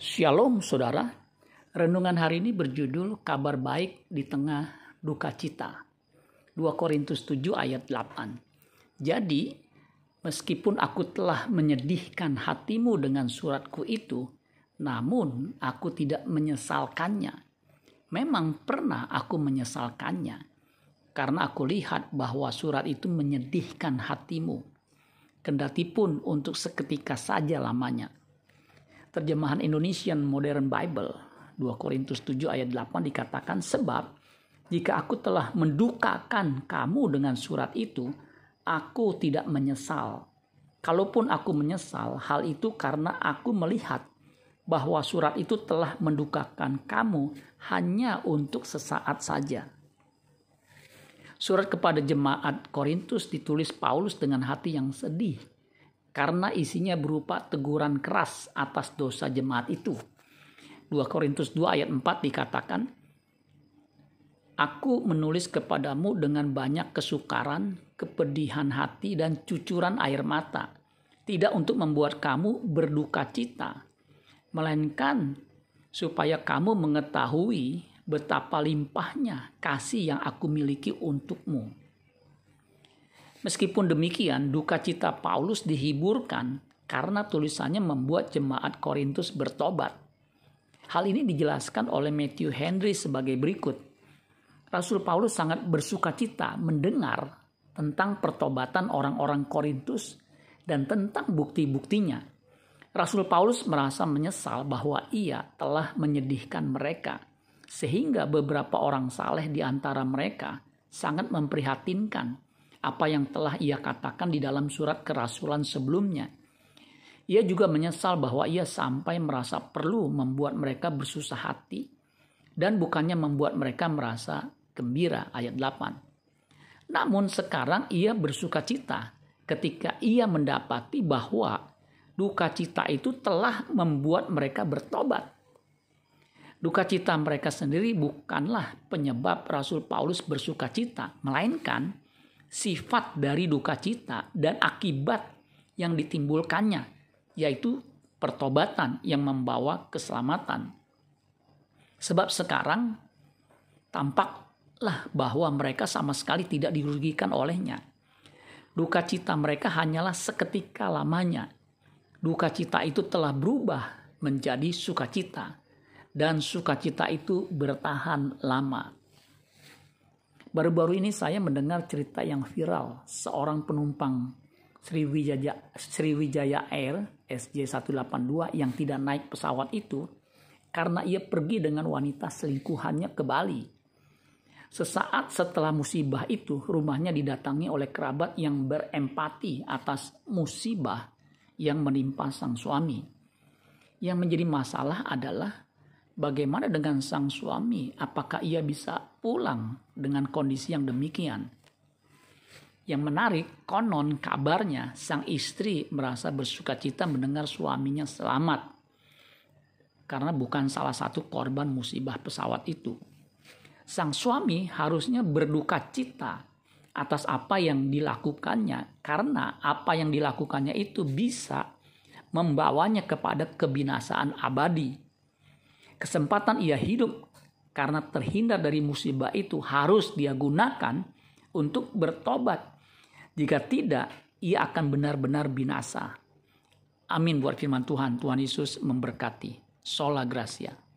Shalom saudara, renungan hari ini berjudul kabar baik di tengah duka cita. 2 Korintus 7 ayat 8. Jadi, meskipun aku telah menyedihkan hatimu dengan suratku itu, namun aku tidak menyesalkannya. Memang pernah aku menyesalkannya, karena aku lihat bahwa surat itu menyedihkan hatimu, kendatipun untuk seketika saja lamanya. Terjemahan Indonesian Modern Bible 2 Korintus 7 ayat 8 dikatakan, sebab jika aku telah mendukakan kamu dengan surat itu, aku tidak menyesal. Kalaupun aku menyesal, hal itu karena aku melihat bahwa surat itu telah mendukakan kamu hanya untuk sesaat saja. Surat kepada jemaat Korintus ditulis Paulus dengan hati yang sedih, karena isinya berupa teguran keras atas dosa jemaat itu. 2 Korintus 2 ayat 4 dikatakan, aku menulis kepadamu dengan banyak kesukaran, kepedihan hati, dan cucuran air mata, tidak untuk membuat kamu berduka cita, melainkan supaya kamu mengetahui betapa limpahnya kasih yang aku miliki untukmu. Meskipun demikian, duka cita Paulus dihiburkan karena tulisannya membuat jemaat Korintus bertobat. Hal ini dijelaskan oleh Matthew Henry sebagai berikut. Rasul Paulus sangat bersuka cita mendengar tentang pertobatan orang-orang Korintus dan tentang bukti-buktinya. Rasul Paulus merasa menyesal bahwa ia telah menyedihkan mereka, sehingga beberapa orang saleh di antara mereka sangat memprihatinkan apa yang telah ia katakan di dalam surat kerasulan sebelumnya. Ia juga menyesal bahwa ia sampai merasa perlu membuat mereka bersusah hati dan bukannya membuat mereka merasa gembira, ayat 8. Namun sekarang ia bersuka cita ketika ia mendapati bahwa duka cita itu telah membuat mereka bertobat. Duka cita mereka sendiri bukanlah penyebab Rasul Paulus bersuka cita, melainkan sifat dari duka cita dan akibat yang ditimbulkannya, yaitu pertobatan yang membawa keselamatan. Sebab sekarang tampaklah bahwa mereka sama sekali tidak dirugikan olehnya. Duka cita mereka hanyalah seketika lamanya. Duka cita itu telah berubah menjadi sukacita, dan sukacita itu bertahan lama. Baru-baru ini saya mendengar cerita yang viral, seorang penumpang Sriwijaya Air SJ182 yang tidak naik pesawat itu karena ia pergi dengan wanita selingkuhannya ke Bali. Sesaat setelah musibah itu, rumahnya didatangi oleh kerabat yang berempati atas musibah yang menimpa sang suami. Yang menjadi masalah adalah bagaimana dengan sang suami? Apakah ia bisa pulang dengan kondisi yang demikian? Yang menarik, konon kabarnya sang istri merasa bersuka cita mendengar suaminya selamat, karena bukan salah satu korban musibah pesawat itu. Sang suami harusnya berduka cita atas apa yang dilakukannya, karena apa yang dilakukannya itu bisa membawanya kepada kebinasaan abadi. Kesempatan ia hidup karena terhindar dari musibah itu harus dia gunakan untuk bertobat. Jika tidak, ia akan benar-benar binasa. Amin buat firman Tuhan. Tuhan Yesus memberkati. Sola Gracia.